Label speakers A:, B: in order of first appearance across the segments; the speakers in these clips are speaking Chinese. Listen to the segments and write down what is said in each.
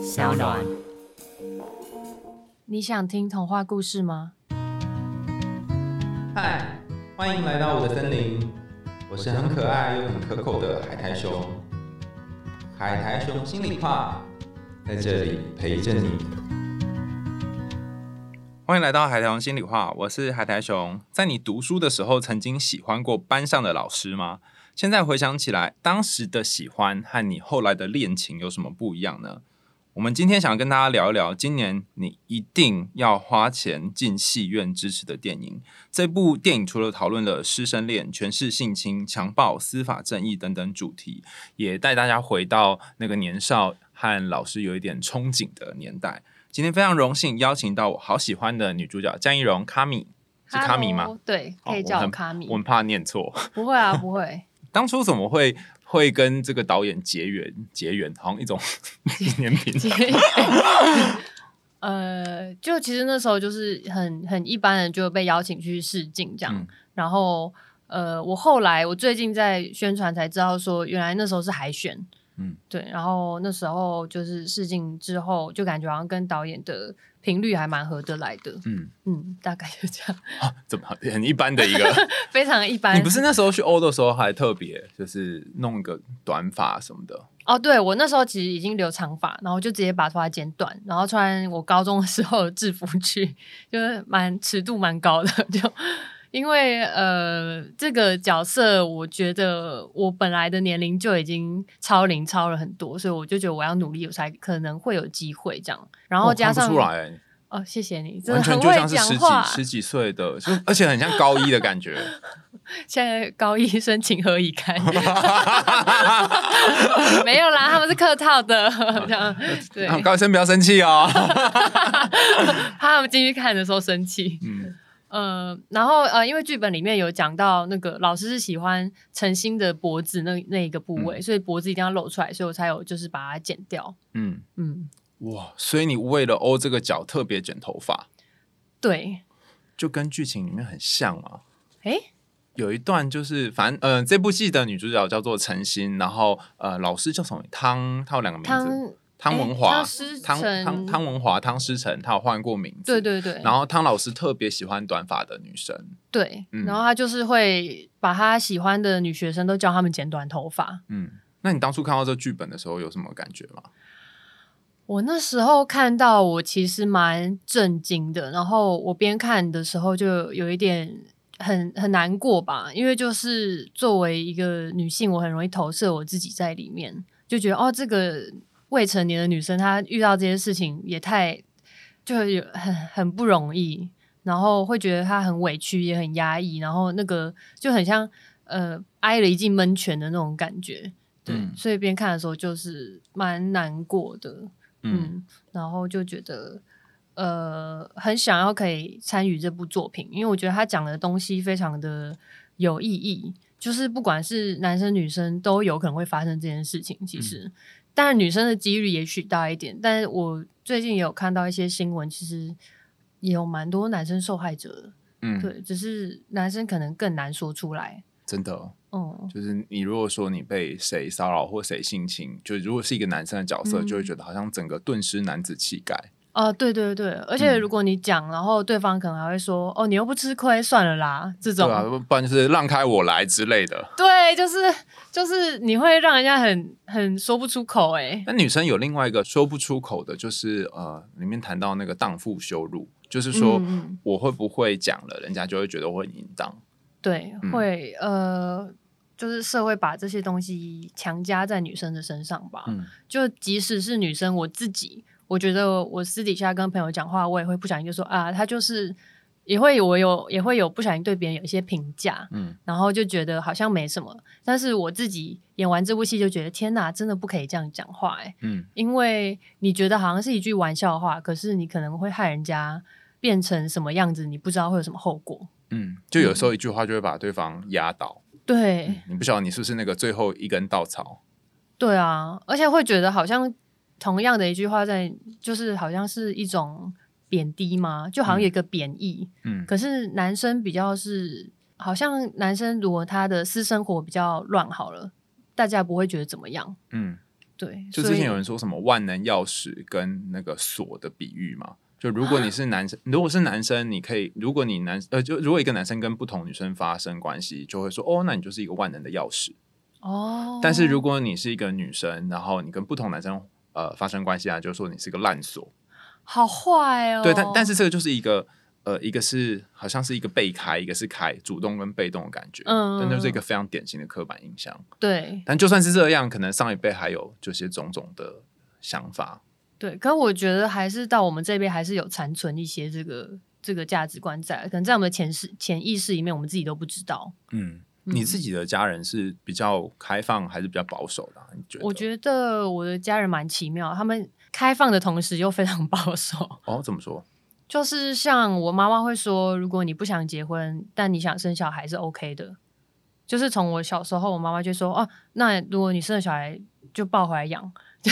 A: 小暖。
B: 你想听童话故事吗？
C: 嗨，欢迎来到我的森林，我是很可爱又很可口的海苔熊。海苔熊心里话，在这里陪着你。欢迎来到海苔熊心里话，我是海苔熊。在你读书的时候，曾经喜欢过班上的老师吗？现在回想起来，当时的喜欢和你后来的恋情有什么不一样呢？我们今天想跟大家聊一聊今年你一定要花钱进戏院支持的电影。这部电影除了讨论了师生恋、权势性侵、强暴、司法正义等等主题，也带大家回到那个年少和老师有一点憧憬的年代。今天非常荣幸邀请到我好喜欢的女主角江一蓉卡米，是卡米吗？
B: 对，可以叫我卡米。
C: 我很怕念错。
B: 不会啊，不会。
C: 当初怎么会跟这个导演结缘，好像一种纪念品。
B: 就其实那时候就是很一般的就被邀请去试镜这样，然后我最近在宣传才知道说，原来那时候是海选，对，然后那时候就是试镜之后，就感觉好像跟导演的频率还蛮合得来的，大概就这样。
C: 怎么很一般的一个，
B: 非常一般。
C: 你不是那时候去欧的时候还特别就是弄一个短发什么的？
B: 哦，对，我那时候其实已经留长发，然后就直接把头发剪短，然后穿我高中的时候的制服去，就是尺度蛮高的，就因为这个角色我觉得我本来的年龄就已经超了很多，所以我就觉得我要努力，我才可能会有机会这样。然后加上
C: 看不出来
B: 哦，谢谢你，真的
C: 完全
B: 很会
C: 就像是
B: 讲话，
C: 十几岁的，而且很像高一的感觉。
B: 现在高一生情何以堪？没有啦，他们是客套的。对，
C: 高一生不要生气哦，
B: 怕他们进去看的时候生气。然后因为剧本里面有讲到那个老师是喜欢陈星的脖子那一个部位，所以脖子一定要露出来，所以我才有就是把它剪掉。
C: 哇，所以你为了欧这个角特别剪头发？
B: 对，
C: 就跟剧情里面很像嘛。有一段就是反正这部戏的女主角叫做陈星，然后老师叫什么她有两个名字，汤文华、汤文华、汤诗晨，她有换过名字。对。然后汤老师特别喜欢短发的女生。
B: 对，然后他就是会把他喜欢的女学生都叫他们剪短头发。
C: 那你当初看到这剧本的时候有什么感觉吗？
B: 我那时候看到我其实蛮震惊的，然后我边看的时候就有一点很难过吧，因为就是作为一个女性，我很容易投射我自己在里面，就觉得这个未成年的女生她遇到这些事情也太就很不容易，然后会觉得她很委屈也很压抑，然后那个就很像挨了一记闷拳的那种感觉。对，所以边看的时候就是蛮难过的。然后就觉得很想要可以参与这部作品，因为我觉得他讲的东西非常的有意义，就是不管是男生女生都有可能会发生这件事情。其实当然女生的几率也许大一点，但是我最近也有看到一些新闻，其实也有蛮多男生受害者的。对，只是男生可能更难说出来。
C: 真的，就是你如果说你被谁骚扰或谁性侵，就如果是一个男生的角色，就会觉得好像整个顿失男子气概。
B: 对，而且如果你讲，然后对方可能还会说你又不吃亏，算了啦，这种。对啊，
C: 不然就是让开我来之类的。
B: 对，就是你会让人家很说不出口。
C: 那女生有另外一个说不出口的，就是里面谈到那个荡妇羞辱，就是说我会不会讲了，人家就会觉得我很淫荡。
B: 对，会就是社会把这些东西强加在女生的身上吧。就即使是女生，我觉得我私底下跟朋友讲话，我也会不小心就说他就是也会有不小心对别人有一些评价，然后就觉得好像没什么，但是我自己演完这部戏就觉得天哪，真的不可以这样讲话因为你觉得好像是一句玩笑话，可是你可能会害人家变成什么样子，你不知道会有什么后果。
C: 就有时候一句话就会把对方压倒。
B: 对，
C: 你不晓得你是不是那个最后一根稻草。
B: 对啊，而且会觉得好像同样的一句话就是好像是一种贬低吗？就好像有一个贬义。可是男生比较是好像男生如果他的私生活比较乱好了，大家不会觉得怎么样。 对，
C: 就之前有人说什么万能钥匙跟那个锁的比喻嘛，就如果你是男生，如果是男生，你可以，如果你就如果一个男生跟不同女生发生关系，就会说哦，那你就是一个万能的钥匙。哦，但是如果你是一个女生，然后你跟不同男生发生关系啊，就说你是一个烂锁。
B: 好坏哦。
C: 对，但是这个就是一个一个是好像是一个被开，一个是开，主动跟被动的感觉。但就是一个非常典型的刻板印象。对，但就算是这样，可能上一辈还有这些种种的想法。
B: 对，可我觉得还是到我们这边还是有残存一些这个价值观在，可能在我们的潜意识里面，我们自己都不知道。
C: 你自己的家人是比较开放还是比较保守的你觉得？
B: 我觉得我的家人蛮奇妙，他们开放的同时又非常保守。
C: 哦，怎么说？
B: 就是像我妈妈会说，如果你不想结婚，但你想生小孩是 OK 的。就是从我小时候，我妈妈就说：“哦，那如果你生了小孩，就抱回来养。”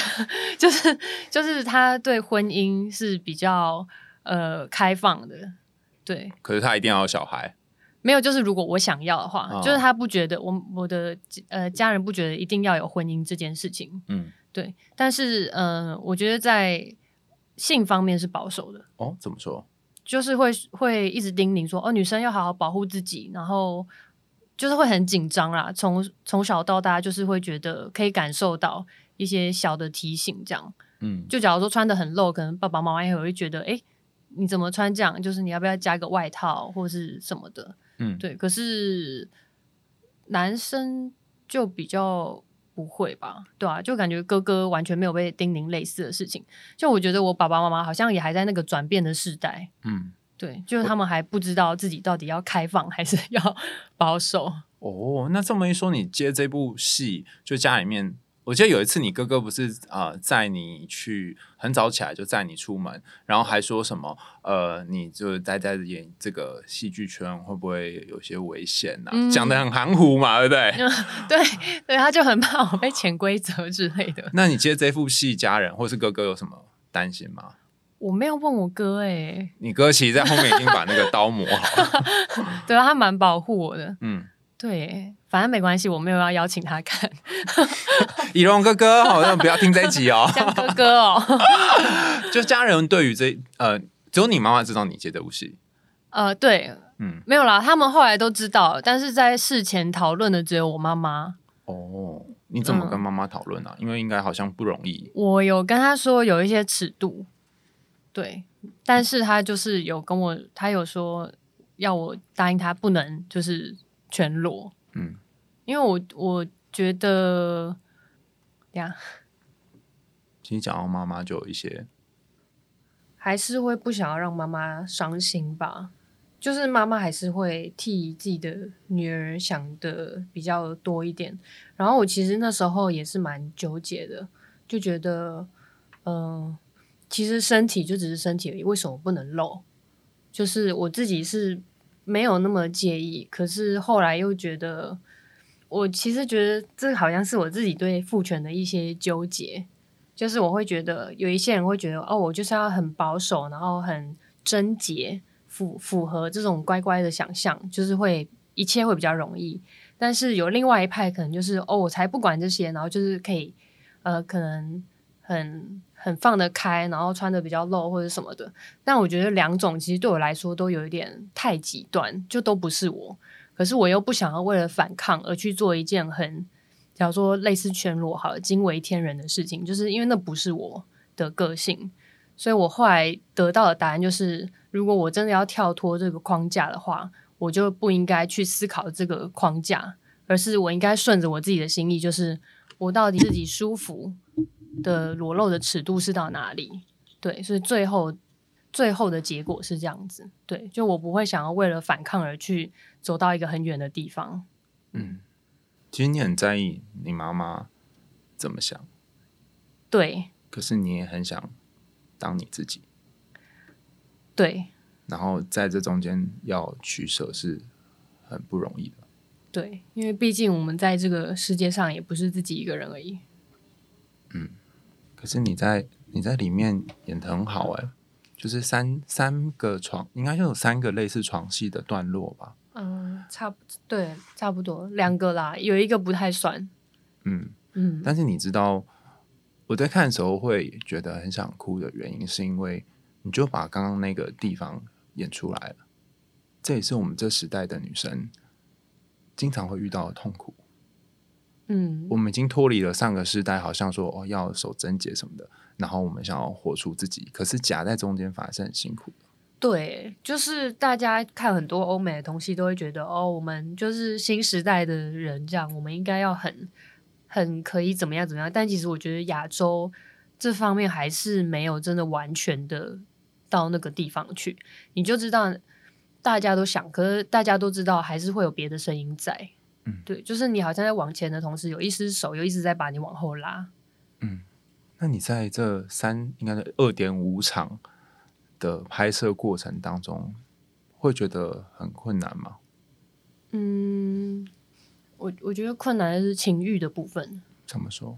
B: 就是她对婚姻是比较开放的。对，
C: 可是她一定要有小孩。
B: 没有，就是如果我想要的话，就是他不觉得我的家人不觉得一定要有婚姻这件事情。对。但是我觉得在性方面是保守的。
C: 哦，怎么说？
B: 就是会一直叮咛说，哦，女生要好好保护自己，然后就是会很紧张啦。从小到大，就是会觉得可以感受到一些小的提醒，这样。就假如说穿得很露，可能爸爸妈妈也会觉得，你怎么穿这样？就是你要不要加个外套或是什么的？对。可是男生就比较不会吧，对啊，就感觉哥哥完全没有被叮咛类似的事情。就我觉得我爸爸妈妈好像也还在那个转变的世代。对，就是他们还不知道自己到底要开放还是要保守。
C: 哦，那这么一说，你接这部戏，就家里面。我记得有一次你哥哥不是载你去很早起来就载你出门，然后还说什么你就待在演这个戏剧圈会不会有些危险啊？讲得很含糊嘛，对不对？
B: 对，他就很怕我被潜规则之类的。
C: 那你接这部戏，家人或是哥哥有什么担心吗？
B: 我没有问我哥
C: 你哥其实在后面已经把那个刀磨好了。
B: 对啊，他蛮保护我的。对，反正没关系，我没有要邀请他看。
C: 以荣哥哥，好像不要听这一集哦。
B: 像哥哥哦。
C: 就家人对于只有你妈妈知道你接这部戏。
B: 对，没有啦，他们后来都知道，但是在事前讨论的只有我妈妈。
C: 哦，你怎么跟妈妈讨论啊？因为应该好像不容易。
B: 我有跟他说有一些尺度，对，但是他就是有跟我，他有说要我答应他不能就是全裸。因为我觉得呀，
C: 其实讲到妈妈就有一些
B: 还是会不想要让妈妈伤心吧，就是妈妈还是会替自己的女儿想的比较多一点。然后我其实那时候也是蛮纠结的，就觉得其实身体就只是身体而已，为什么不能露？就是我自己是没有那么介意，可是后来又觉得，我其实觉得这好像是我自己对父权的一些纠结。就是我会觉得有一些人会觉得，我就是要很保守，然后很贞洁，符合这种乖乖的想象，就是一切会比较容易。但是有另外一派可能就是我才不管这些，然后就是可以可能很放得开，然后穿得比较露或者什么的。但我觉得两种其实对我来说都有一点太极端，就都不是我。可是我又不想要为了反抗而去做一件假如说类似全裸好了，惊为天人的事情，就是因为那不是我的个性。所以我后来得到的答案就是，如果我真的要跳脱这个框架的话，我就不应该去思考这个框架，而是我应该顺着我自己的心意，就是我到底自己舒服的裸露的尺度是到哪里。对，所以最后的结果是这样子。对，就我不会想要为了反抗而去走到一个很远的地方。
C: 其实你很在意你妈妈怎么想。
B: 对，
C: 可是你也很想当你自己。
B: 对，
C: 然后在这中间要取舍是很不容易的。
B: 对，因为毕竟我们在这个世界上也不是自己一个人而已。
C: 可是你在里面演得很好就是三个床，应该就有3个类似床戏的段落吧。
B: 对，差不多2个啦，有一个不太算。
C: 但是你知道我在看的时候会觉得很想哭的原因，是因为你就把刚刚那个地方演出来了，这也是我们这时代的女生经常会遇到的痛苦。我们已经脱离了上个世代，好像说要守贞洁什么的，然后我们想要活出自己，可是夹在中间反而是很辛苦的。
B: 对，就是大家看很多欧美的东西都会觉得我们就是新时代的人这样，我们应该要很可以怎么样怎么样，但其实我觉得亚洲这方面还是没有真的完全的到那个地方去，你就知道大家都想，可是大家都知道还是会有别的声音在。对，就是你好像在往前的同时，有一只手又一直在把你往后拉。
C: 那你在这应该是2.5场的拍摄过程当中，会觉得很困难吗？
B: 我觉得困难的是情欲的部分。
C: 怎么说？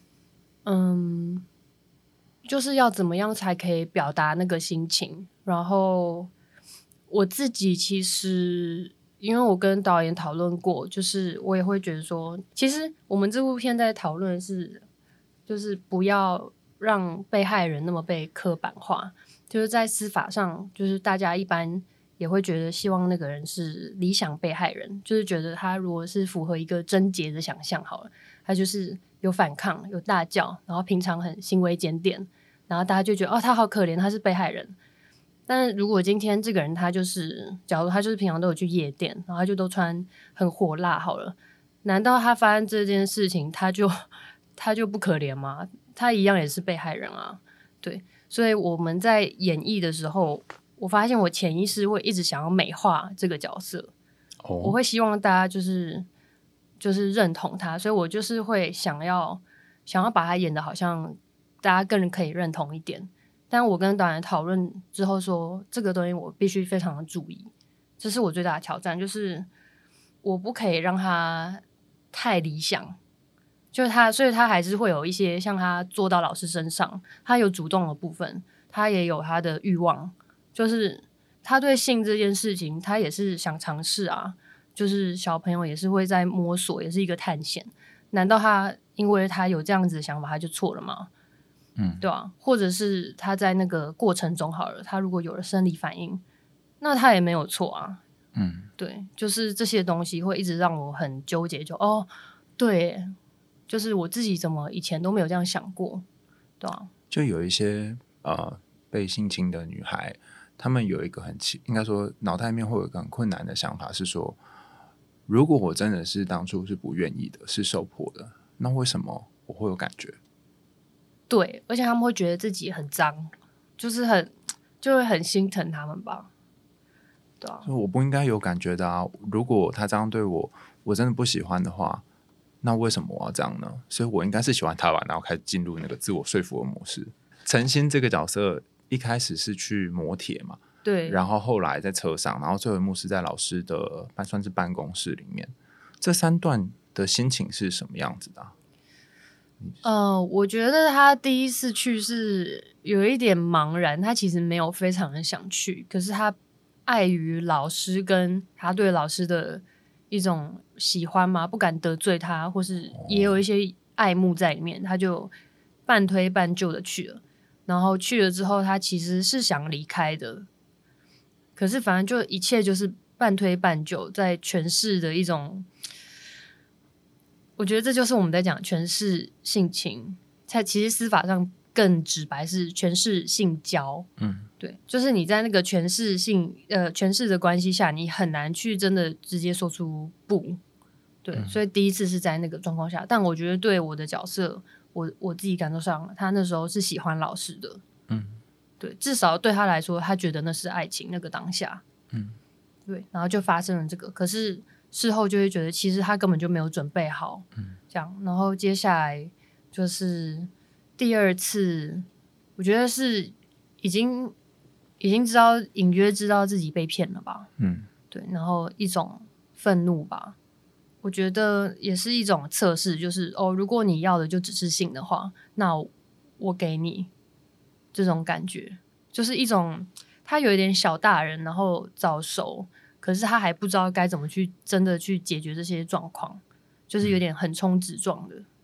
B: 就是要怎么样才可以表达那个心情。然后我自己其实，因为我跟导演讨论过，就是我也会觉得说，其实我们这部片在讨论的是，就是不要让被害人那么被刻板化。就是在司法上，就是大家一般也会觉得希望那个人是理想被害人，就是觉得他如果是符合一个贞洁的想象好了，他就是有反抗有大叫，然后平常很行为检点，然后大家就觉得他好可怜，他是被害人。但是如果今天这个人他就是假如他就是平常都有去夜店，然后他就都穿很火辣好了，难道他发生这件事情他就不可怜吗？他一样也是被害人啊。对，所以我们在演绎的时候，我发现我潜意识会一直想要美化这个角色。我会希望大家就是认同他，所以我就是会想要把他演的好像大家更可以认同一点。但我跟导演讨论之后说，这个东西我必须非常的注意，这是我最大的挑战，就是我不可以让他太理想。就是他，所以他还是会有一些像他做到老师身上，他有主动的部分，他也有他的欲望，就是他对性这件事情，他也是想尝试啊。就是小朋友也是会在摸索，也是一个探险。难道他因为他有这样子的想法，他就错了吗？对啊，或者是他在那个过程中好了，他如果有了生理反应，那他也没有错啊。对，就是这些东西会一直让我很纠结，对。就是我自己怎么以前都没有这样想过，对啊。
C: 就有一些被性侵的女孩，她们有一个应该说脑袋里面会有一个很困难的想法，是说，如果我真的是当初是不愿意的，是受迫的，那为什么我会有感觉？
B: 对，而且他们会觉得自己很脏，就会很心疼他们吧，对啊。
C: 我不应该有感觉的啊！如果他这样对我，我真的不喜欢的话。那为什么我要这样呢？所以我应该是喜欢他吧，然后开始进入那个自我说服的模式。陈星这个角色一开始是去磨铁嘛，
B: 对，
C: 然后后来在车上，然后最后一幕是在老师的算是办公室里面。这3段的心情是什么样子的
B: 我觉得他第一次去是有一点茫然，他其实没有非常的想去，可是他碍于老师跟他对老师的一种喜欢嘛，不敢得罪他，或是也有一些爱慕在里面，他就半推半就的去了。然后去了之后，他其实是想离开的，可是反正就一切就是半推半就，在诠释的一种，我觉得这就是我们在讲诠释性情，在其实司法上更直白是诠释性交。对，就是你在那个诠释的关系下，你很难去真的直接说出不。对，所以第一次是在那个状况下，但我觉得对我的角色，我自己感受上，他那时候是喜欢老师的。对，至少对他来说，他觉得那是爱情，那个当下。对，然后就发生了这个，可是事后就会觉得，其实他根本就没有准备好。这样，然后接下来就是第二次，我觉得是已经知道，隐约知道自己被骗了吧。对，然后一种愤怒吧，我觉得也是一种测试，就是如果你要的就只是性的话，那我给你这种感觉，就是一种他有一点小大人，然后早熟，可是他还不知道该怎么去真的去解决这些状况，就是有点横冲直撞的。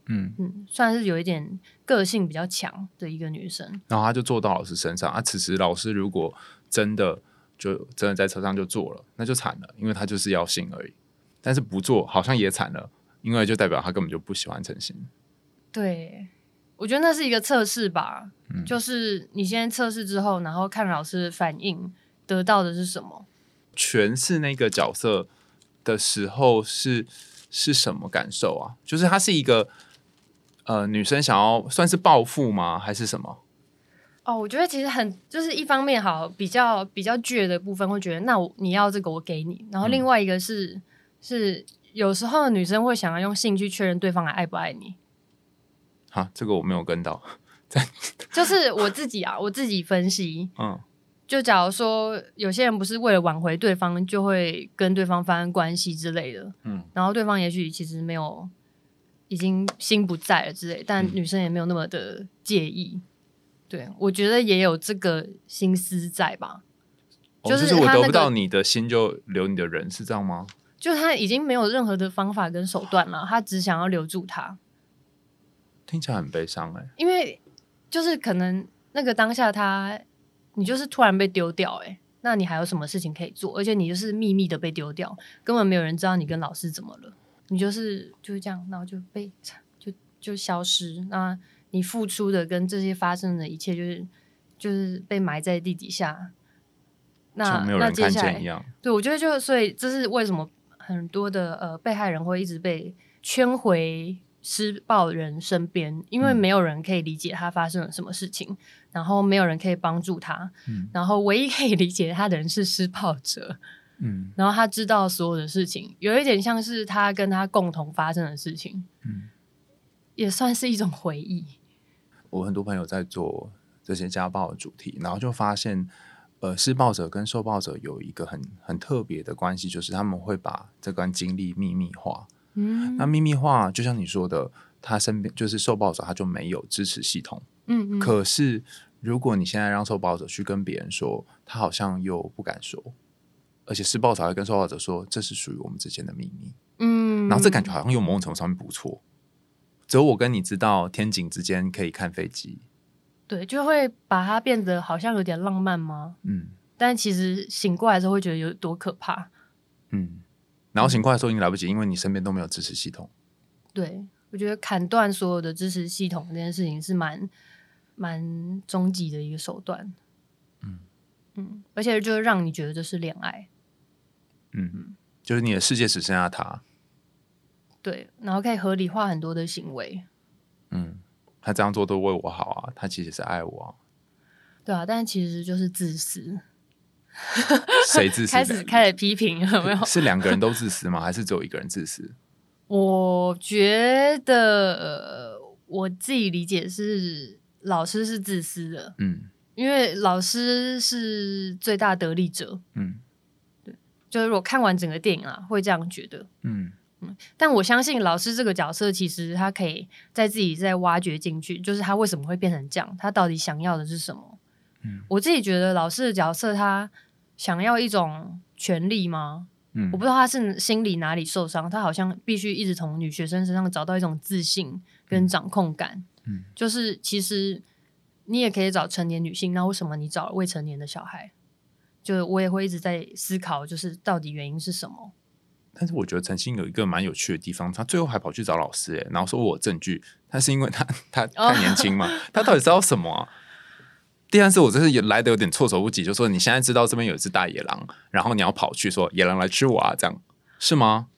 B: 算是有一点个性比较强的一个女生。
C: 然后他就坐到老师身上啊。此时老师如果真的在车上就坐了，那就惨了，因为他就是要信而已。但是不坐好像也惨了，因为就代表他根本就不喜欢陈星。
B: 对，我觉得那是一个测试吧，就是你先测试之后，然后看老师的反应，得到的是什么。
C: 诠释那个角色的时候是什么感受啊？就是他是一个女生想要算是报复吗？还是什么？
B: 我觉得其实就是一方面好比较倔的部分会觉得，那你要这个我给你，然后另外一个是有时候女生会想要用性去确认对方还爱不爱你。
C: 这个我没有跟到。
B: 就是我自己分析，就假如说有些人不是为了挽回对方，就会跟对方发生关系之类的，然后对方也许其实没有，已经心不在了之类，但女生也没有那么的介意。对，我觉得也有这个心思在吧。
C: 就是我得不到你的心就留你的人，是这样吗？
B: 就他已经没有任何的方法跟手段了，他只想要留住他。
C: 听起来很悲伤因
B: 为就是可能那个当下你就是突然被丢掉那你还有什么事情可以做？而且你就是秘密的被丢掉，根本没有人知道你跟老师怎么了，你就是这样，然后就被就消失。那你付出的跟这些发生的一切就是被埋在地底下，那
C: 没有人看见一样。
B: 对，我觉得所以这是为什么很多的被害人会一直被圈回施暴人身边，因为没有人可以理解他发生了什么事情，然后没有人可以帮助他，然后唯一可以理解他的人是施暴者，然后他知道所有的事情，有一点像是他跟他共同发生的事情，也算是一种回忆。
C: 我很多朋友在做这些家暴的主题，然后就发现施暴者跟受暴者有一个很特别的关系，就是他们会把这段经历秘密化。那秘密化就像你说的，他身边就是受暴者他就没有支持系统，可是如果你现在让受暴者去跟别人说，他好像又不敢说，而且施暴者还跟受暴者说这是属于我们之间的秘密，然后这感觉好像有某种程度上面不错，只有我跟你知道天井之间可以看飞机，
B: 对，就会把它变得好像有点浪漫吗？但其实醒过来的时候会觉得有多可怕。
C: 然后醒过来的时候已经来不及，因为你身边都没有支持系统。
B: 对，我觉得砍断所有的支持系统这件事情是蛮终极的一个手段。而且就让你觉得这是恋爱。
C: 就是你的世界只剩下他。
B: 对，然后可以合理化很多的行为。
C: 他这样做都为我好啊，他其实是爱我啊。
B: 对啊，但其实就是自私。
C: 谁自私？
B: 开始批评有没有？
C: 是两个人都自私吗？还是只有一个人自私？
B: 我觉得我自己理解是老师是自私的，因为老师是最大得利者，对，就是我看完整个电影会这样觉得，但我相信老师这个角色其实他可以在自己再挖掘进去，就是他为什么会变成这样，他到底想要的是什么？我自己觉得老师的角色他想要一种权利吗？我不知道他是心里哪里受伤，他好像必须一直从女学生身上找到一种自信跟掌控感。就是其实你也可以找成年女性，那为什么你找未成年的小孩？就我也会一直在思考，就是到底原因是什么。
C: 但是我觉得陈星有一个蛮有趣的地方，他最后还跑去找老师然后说我有证据，但是因为他太年轻嘛，他到底知道什么啊？第三次我真是来的有点措手不及，就说你现在知道这边有一只大野狼，然后你要跑去说野狼来吃我啊，这样是吗？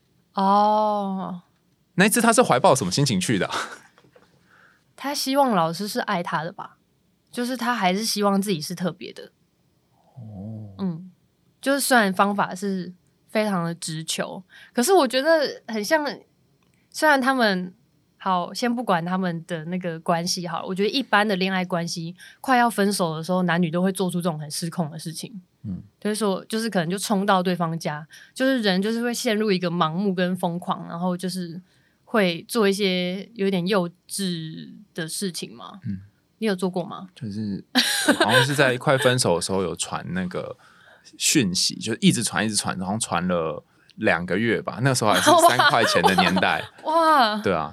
C: 那一次他是怀抱什么心情去的
B: 他希望老师是爱他的吧，就是他还是希望自己是特别的。就是虽然方法是非常的直球，可是我觉得很像，虽然他们好，先不管他们的那个关系好了，我觉得一般的恋爱关系快要分手的时候，男女都会做出这种很失控的事情。就是说，就是可能就冲到对方家，就是人就是会陷入一个盲目跟疯狂，然后就是会做一些有点幼稚的事情嘛。你有做过吗？
C: 就是好像是在快分手的时候有传那个讯息，就一直传，然后传了2个月吧。那时候还是3块钱的年代。
B: 哇，
C: 对啊，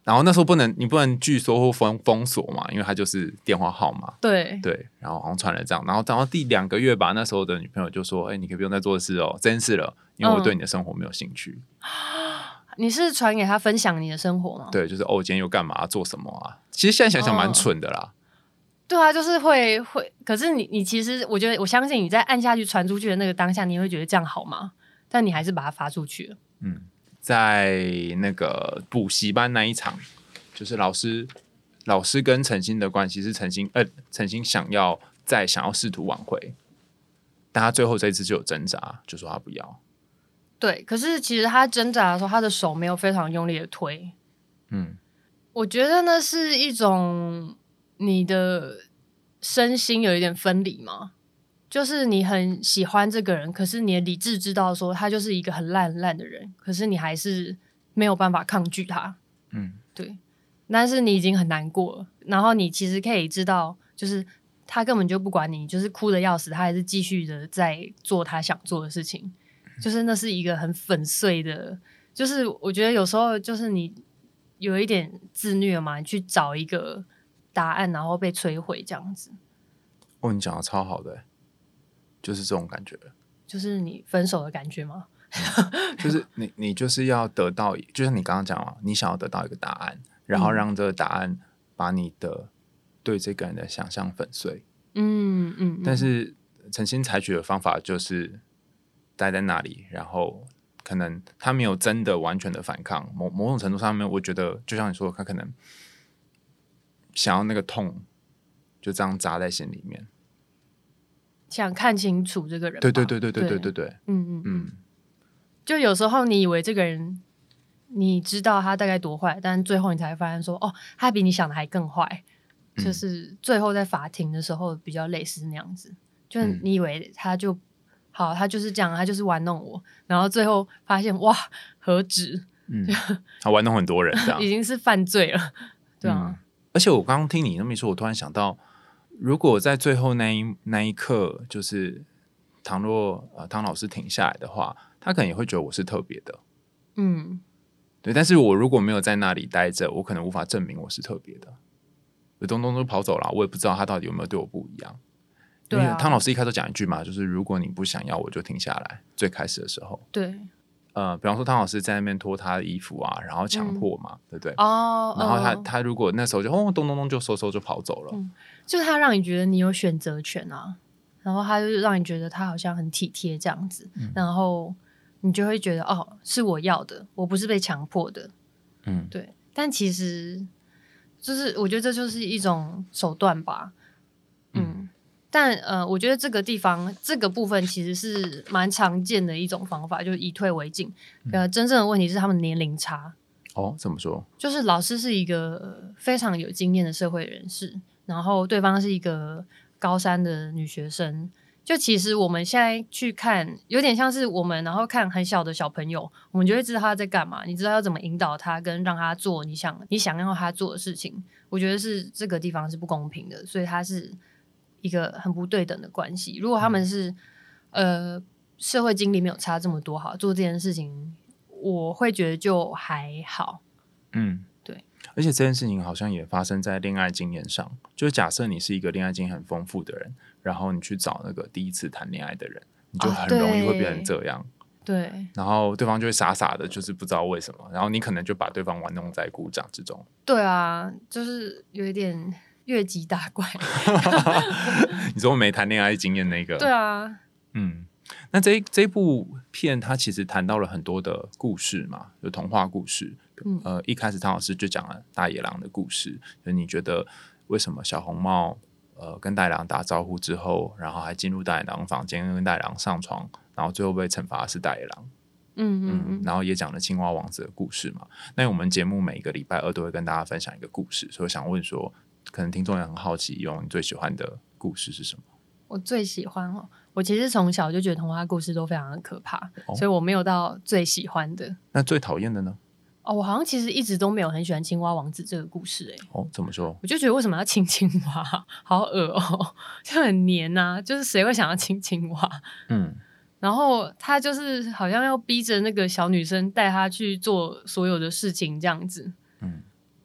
C: 然后那时候你不能拒收或封锁嘛，因为他就是电话号码。
B: 对，
C: 然后好像传了这样，然后等到第2个月吧，那时候的女朋友就说：“你可以不用再做事这件事了，因为我对你的生活没有兴趣。
B: 你是传给他分享你的生活吗？
C: 对，就是今天又干嘛做什么啊？其实现在想想蛮蠢的啦。
B: 对啊，就是会，可是你其实我觉得我相信你在按下去传出去的那个当下，你会觉得这样好吗？但你还是把它发出去了。
C: 在那个补习班那一场，就是老师跟陈星的关系是陈星想要试图挽回，但他最后这一次就有挣扎，就说他不要。
B: 对，可是其实他挣扎的时候，他的手没有非常用力的推。我觉得那是一种你的身心有一点分离嘛，就是你很喜欢这个人，可是你的理智知道说他就是一个很烂很烂的人，可是你还是没有办法抗拒他。对，但是你已经很难过了，然后你其实可以知道，就是他根本就不管你，就是哭得要死，他还是继续的在做他想做的事情，就是那是一个很粉碎的，就是我觉得有时候就是你有一点自虐嘛，你去找一个答案，然后被摧毁这样子。
C: 你讲的超好的，就是这种感觉，
B: 就是你分手的感觉吗？
C: 就是你就是要得到，就像你刚刚讲嘛，你想要得到一个答案，然后让这个答案把你的对这个人的想象粉碎。但是陈星采取的方法就是待在那里，然后可能他没有真的完全的反抗，某种程度上面，我觉得就像你说的，他可能想要那个痛就这样扎在心里面，
B: 想看清楚这个人吧。
C: 对，
B: 就有时候你以为这个人你知道他大概多坏，但最后你才发现说，他比你想的还更坏。就是最后在法庭的时候比较类似那样子，就你以为他就好，他就是这样，他就是玩弄我，然后最后发现哇，何止
C: 他玩弄很多人这样
B: 已经是犯罪了。对啊，
C: 而且我刚刚听你那么一说，我突然想到，如果在最后那一刻，就是倘若汤老师停下来的话，他可能也会觉得我是特别的。对，但是我如果没有在那里待着，我可能无法证明我是特别的。东东都跑走了，我也不知道他到底有没有对我不一样。因为汤老师一开始讲一句嘛，就是如果你不想要，我就停下来。最开始的时候，
B: 对，
C: 比方说汤老师在那边脱他的衣服啊，然后强迫嘛，对不对？然后他如果那时候就咚咚咚就收就跑走了，
B: 就是他让你觉得你有选择权啊，然后他就让你觉得他好像很体贴这样子，然后你就会觉得是我要的，我不是被强迫的。对，但其实就是我觉得这就是一种手段吧。但我觉得这个地方这个部分其实是蛮常见的一种方法，就是以退为进。真正的问题是他们年龄差。
C: 怎么说？
B: 就是老师是一个非常有经验的社会人士，然后对方是一个高3的女学生。就其实我们现在去看，有点像是我们然后看很小的小朋友，我们就会知道他在干嘛，你知道要怎么引导他，跟让他做你想要他做的事情。我觉得是这个地方是不公平的，所以他是一个很不对等的关系。如果他们是社会经历没有差这么多，好做这件事情，我会觉得就还好。对。
C: 而且这件事情好像也发生在恋爱经验上，就是假设你是一个恋爱经验很丰富的人，然后你去找那个第一次谈恋爱的人，你就很容易会变成这样。
B: 对，
C: 然后对方就会傻傻的，就是不知道为什么，然后你可能就把对方玩弄在鼓掌之中。
B: 对啊，就是有一点越级打怪。
C: 你说没谈恋爱经验那个？
B: 对啊，
C: 那这部片它其实谈到了很多的故事嘛，就童话故事。一开始汤老师就讲了大野狼的故事，就你觉得为什么小红帽跟大野狼打招呼之后，然后还进入大野狼房间跟大野狼上床，然后最后被惩罚的是大野狼。然后也讲了青蛙王子的故事嘛。那我们节目每个礼拜2都会跟大家分享一个故事，所以我想问说，可能听众也很好奇，你最喜欢的故事是什么？
B: 我最喜欢我其实从小就觉得童话故事都非常的可怕，所以我没有到最喜欢的。
C: 那最讨厌的呢？
B: 我好像其实一直都没有很喜欢青蛙王子这个故事。
C: 怎么说？
B: 我就觉得为什么要亲青蛙，好恶就很黏啊，就是谁会想要亲青蛙？然后他就是好像要逼着那个小女生带他去做所有的事情这样子。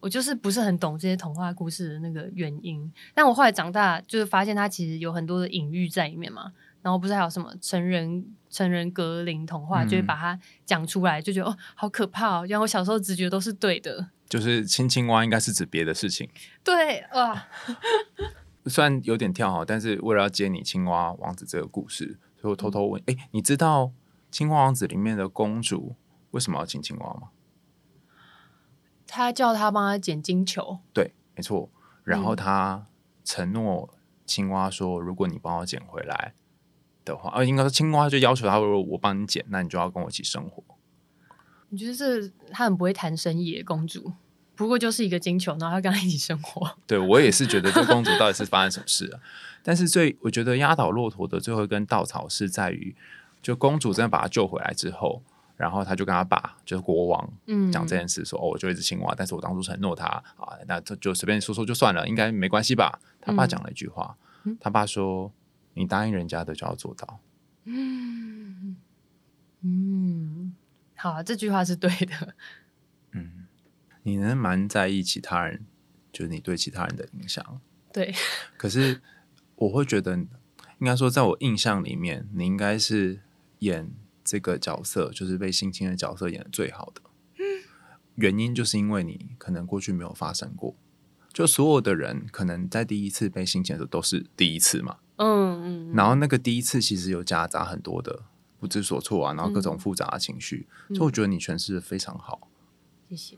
B: 我就是不是很懂这些童话故事的那个原因。但我后来长大，就是发现它其实有很多的隐喻在里面嘛。然后不是还有什么成人格林童话，就会把它讲出来，就觉得哦，好可怕哦！因为我小时候直觉都是对的，
C: 就是亲青蛙应该是指别的事情。
B: 对啊，
C: 虽然有点跳，但是为了要接你青蛙王子这个故事，所以我偷偷问，你知道青蛙王子里面的公主为什么要亲青蛙吗？
B: 他叫他帮他捡金球，
C: 对，没错。然后他承诺青蛙说，如果你帮我捡回来的话，应该说青蛙就要求他，如果我帮你捡，那你就要跟我一起生活。
B: 你觉得他很不会谈生意的公主，不过就是一个金球，然后他跟他一起生活。
C: 对，我也是觉得这公主到底是发生什么事啊？但是我觉得压倒骆驼的最后一根稻草是在于，就公主真的把他救回来之后，然后他就跟他爸，就是国王，讲这件事说，我就一只青蛙，但是我当初承诺他啊，那就随便说说就算了，应该没关系吧？他爸讲了一句话，他爸说：“你答应人家的就要做到。”
B: 好，这句话是对的。
C: 你能蛮在意其他人，就是你对其他人的影响。
B: 对，
C: 可是我会觉得，应该说，在我印象里面，你应该是演这个角色，就是被性侵的角色演得最好的。原因就是因为你可能过去没有发生过，就所有的人可能在第一次被性侵的时候都是第一次嘛。然后那个第一次其实有夹杂很多的不知所措啊，然后各种复杂的情绪，所以我觉得你诠释的非常好。
B: 谢谢。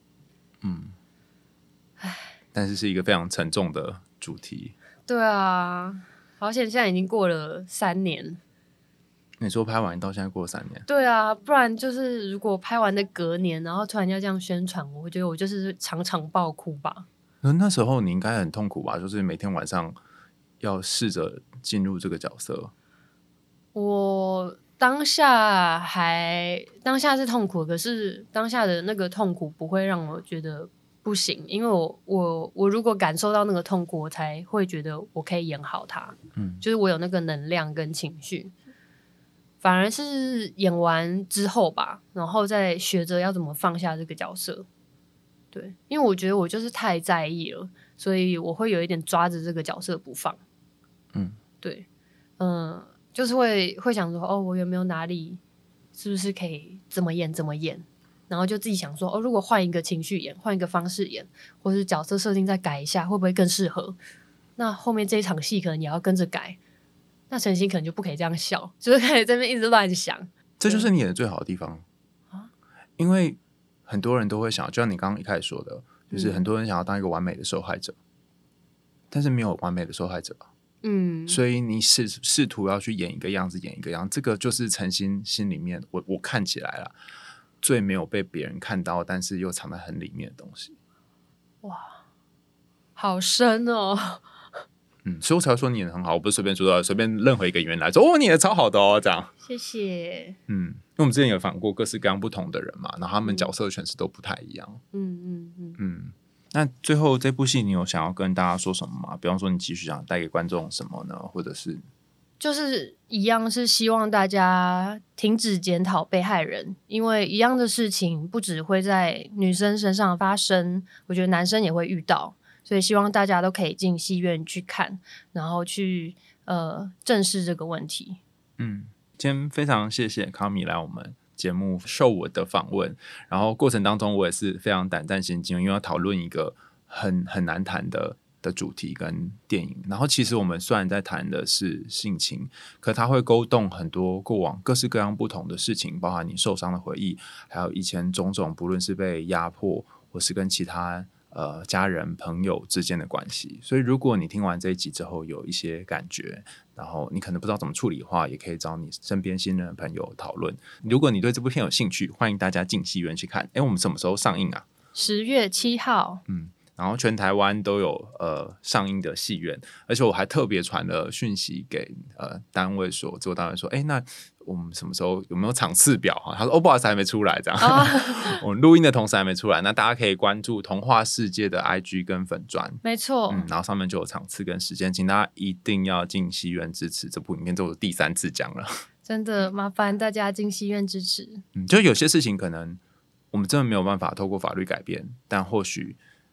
C: 但是是一个非常沉重的主题。
B: 对啊，好险，现在已经过了3年。
C: 你说拍完到现在过了3年？
B: 对啊，不然就是如果拍完的隔年，然后突然要这样宣传，我觉得我就是场场爆哭吧。
C: 那时候你应该很痛苦吧？就是每天晚上要试着进入这个角色。我
B: 当下是痛苦，可是当下的那个痛苦不会让我觉得不行，因为我如果感受到那个痛苦，我才会觉得我可以演好它。就是我有那个能量跟情绪。反而是演完之后吧，然后再学着要怎么放下这个角色。对，因为我觉得我就是太在意了，所以我会有一点抓着这个角色不放。对，就是会想说，哦，我有没有哪里是不是可以怎么演，然后就自己想说，哦，如果换一个情绪演，换一个方式演，或是角色设定再改一下，会不会更适合？那后面这一场戏可能也要跟着改。那陈星可能就不可以这样笑，就是开始在那边一直乱想。
C: 这就是你演的最好的地方因为很多人都会想，就像你刚刚一开始说的，就是很多人想要当一个完美的受害者，但是没有完美的受害者。所以你试图要去演一个样子，这个就是陈星心里面我看起来啦最没有被别人看到，但是又藏在很里面的东西。
B: 哇，好深哦。
C: 所以我才说你演得很好，我不是随便说的，随便任何一个演员来说，哦，你演得超好的哦，这样。
B: 谢谢。
C: 因为我们之前有访过各式各样不同的人嘛，然后他们角色诠释都不太一样。那最后这部戏你有想要跟大家说什么吗？比方说你继续想带给观众什么呢？或者是
B: 就是一样是希望大家停止检讨被害人，因为一样的事情不只会在女生身上发生，我觉得男生也会遇到。所以希望大家都可以进戏院去看，然后去正视这个问题。
C: 今天非常谢谢康米来我们节目受我的访问，然后过程当中我也是非常胆战心惊，因为要讨论一个很难谈的主题跟电影。然后其实我们虽然在谈的是性侵，可它会勾动很多过往各式各样不同的事情，包含你受伤的回忆，还有以前种种不论是被压迫或是跟其他家人朋友之间的关系。所以如果你听完这一集之后有一些感觉，然后你可能不知道怎么处理的话，也可以找你身边信任的朋友讨论。如果你对这部片有兴趣，欢迎大家进戏院去看。我们什么时候上映啊
B: ？10月7号。
C: 然后全台湾都有上映的戏院，而且我还特别传了讯息给单位说，制作单位说，那我们什么时候有没有场次表啊？他说不好意思还没出来这样。我们录音的同时还没出来，那大家可以关注童话世界的 IG 跟粉专，
B: 没错。
C: 然后上面就有场次跟时间，请大家一定要进戏院支持这部影片，这我第3次讲了，
B: 真的麻烦大家进戏院支持。
C: 就有些事情可能我们真的没有办法透过法律改变，但或许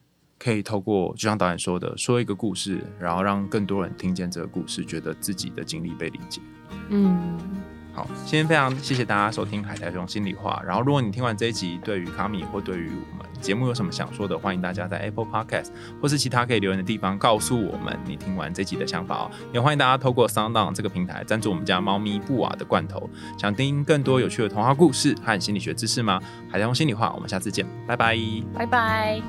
C: 可以透过就像导演说的，说一个故事，然后让更多人听见这个故事，觉得自己的经历被理解。好，今天非常谢谢大家收听海苔熊心里话。然后，如果你听完这一集，对于卡米或对于我们节目有什么想说的，欢迎大家在 Apple Podcast 或是其他可以留言的地方告诉我们你听完这集的想法哦。也欢迎大家透过 SoundOn 这个平台赞助我们家猫咪布瓦的罐头。想听更多有趣的童话故事和心理学知识吗？海苔熊心里话，我们下次见，拜拜，
B: 拜拜。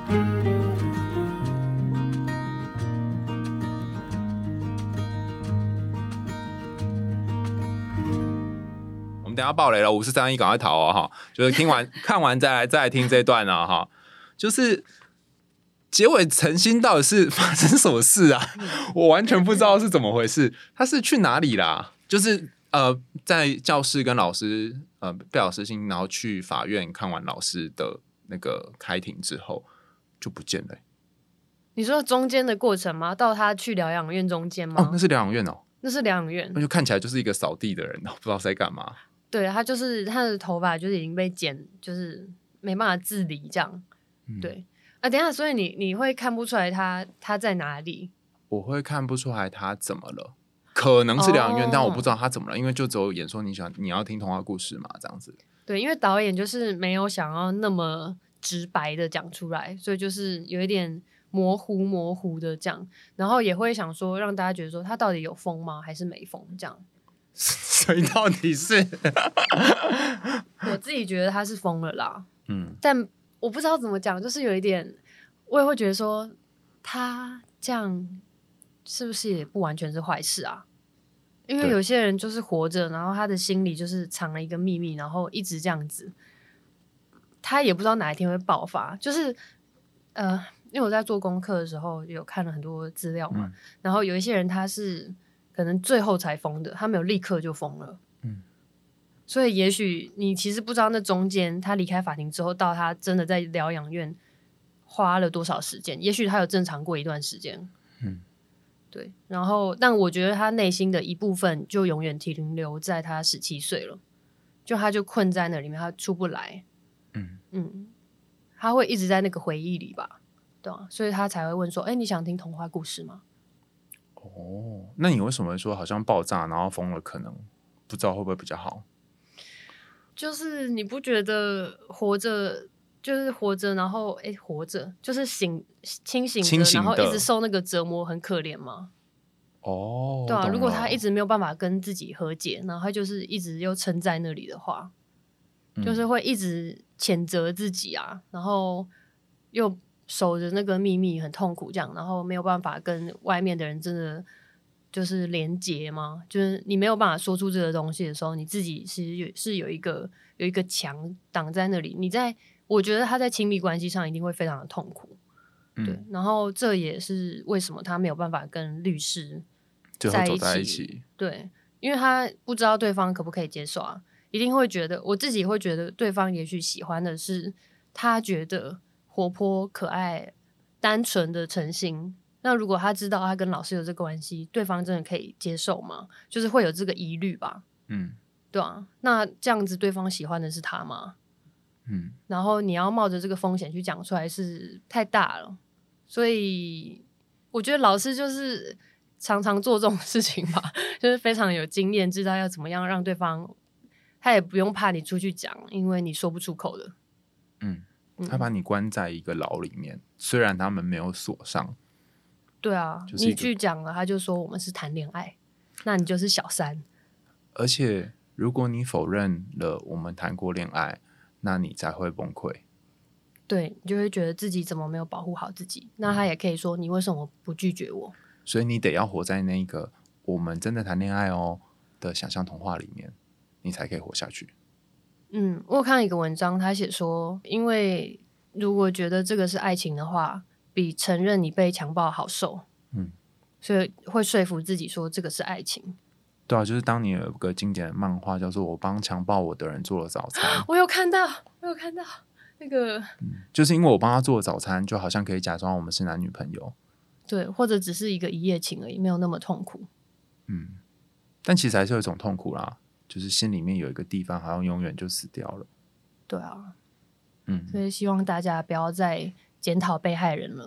C: 我们等一下爆雷了，5、4、3、1，赶快逃哦！哈，就是听完看完再来听这一段啊！哈，就是结尾陈星到底是发生什么事啊？我完全不知道是怎么回事。他是去哪里啦？就是在教室跟老师被老师信，然后去法院看完老师的那个开庭之后就不见了。
B: 你说中间的过程吗？到他去疗养院中间吗？
C: 哦，那是疗养院哦。
B: 那是疗养院，
C: 那就看起来就是一个扫地的人，不知道在干嘛。
B: 对，他就是他的头发就是已经被剪，就是没办法自理这样。对啊，等一下，所以你会看不出来他在哪里？
C: 我会看不出来他怎么了，可能是疗养院，但我不知道他怎么了，因为就只有演说你要听童话故事嘛，这样子。
B: 对，因为导演就是没有想要那么直白的讲出来，所以就是有一点模糊的这样，然后也会想说让大家觉得说他到底有疯吗，还是没疯这样。
C: 所以到底是
B: 我自己觉得他是疯了啦，但我不知道怎么讲，就是有一点，我也会觉得说他这样是不是也不完全是坏事啊？因为有些人就是活着，然后他的心里就是藏了一个秘密，然后一直这样子，他也不知道哪一天会爆发。就是因为我在做功课的时候有看了很多资料嘛，然后有一些人他是可能最后才疯的，他没有立刻就疯了。所以也许你其实不知道那中间他离开法庭之后到他真的在疗养院花了多少时间，也许他有正常过一段时间。对，然后但我觉得他内心的一部分就永远停留在他17岁了，就他就困在那里面，他出不来。他会一直在那个回忆里吧，对啊，所以他才会问说你想听童话故事吗？
C: 哦，那你为什么会说好像爆炸然后疯了，可能不知道会不会比较好？
B: 就是你不觉得活着就是活着，然后活着就是清醒着，然后一直受那个折磨很可怜吗？哦，对啊，如果他一直没有办法跟自己和解，然后他就是一直又撑在那里的话，就是会一直谴责自己啊，然后又守着那个秘密很痛苦这样，然后没有办法跟外面的人真的就是连结吗？就是你没有办法说出这个东西的时候，你自己其实是有一个墙挡在那里。我觉得他在亲密关系上一定会非常的痛苦。对，然后这也是为什么他没有办法跟律师
C: 最后走在一起。
B: 对，因为他不知道对方可不可以接受啊，一定会觉得，我自己会觉得对方也许喜欢的是他觉得活泼可爱单纯的陈星。那如果他知道他跟老师有这个关系，对方真的可以接受吗？就是会有这个疑虑吧。对啊，那这样子对方喜欢的是他吗？然后你要冒着这个风险去讲出来是太大了，所以我觉得老师就是常常做这种事情吧，就是非常有经验，知道要怎么样让对方，他也不用怕你出去讲，因为你说不出口的。
C: 他把你关在一个牢里面，虽然他们没有锁上。
B: 对啊，你去讲了，他就说我们是谈恋爱，那你就是小三。
C: 而且如果你否认了我们谈过恋爱，那你才会崩溃。
B: 对，你就会觉得自己怎么没有保护好自己。那他也可以说你为什么不拒绝我？
C: 所以你得要活在那个我们真的谈恋爱哦的想象童话里面，你才可以活下去。
B: 我有看到一个文章，他写说，因为如果觉得这个是爱情的话，比承认你被强暴好受。所以会说服自己说这个是爱情。
C: 对啊，就是当你有个经典的漫画叫做《我帮强暴我的人做了早餐》，
B: 我有看到那个，
C: 就是因为我帮他做了早餐，就好像可以假装我们是男女朋友。
B: 对，或者只是一个一夜情而已，没有那么痛苦。
C: 但其实还是有一种痛苦啦，就是心里面有一个地方好像永远就死掉了。
B: 对啊，所以希望大家不要再检讨被害人了，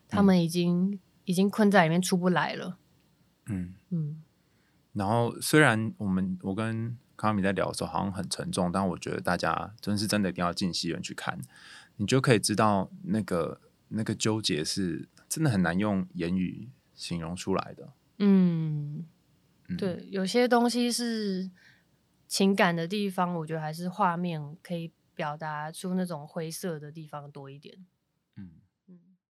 B: 他们已经困在里面出不来了。
C: 然后虽然我跟康米在聊的时候好像很沉重，但我觉得大家真的一定要进戏院去看，你就可以知道那个纠结是真的很难用言语形容出来的。
B: 对，有些东西是情感的地方，我觉得还是画面可以表达出那种灰色的地方多一点。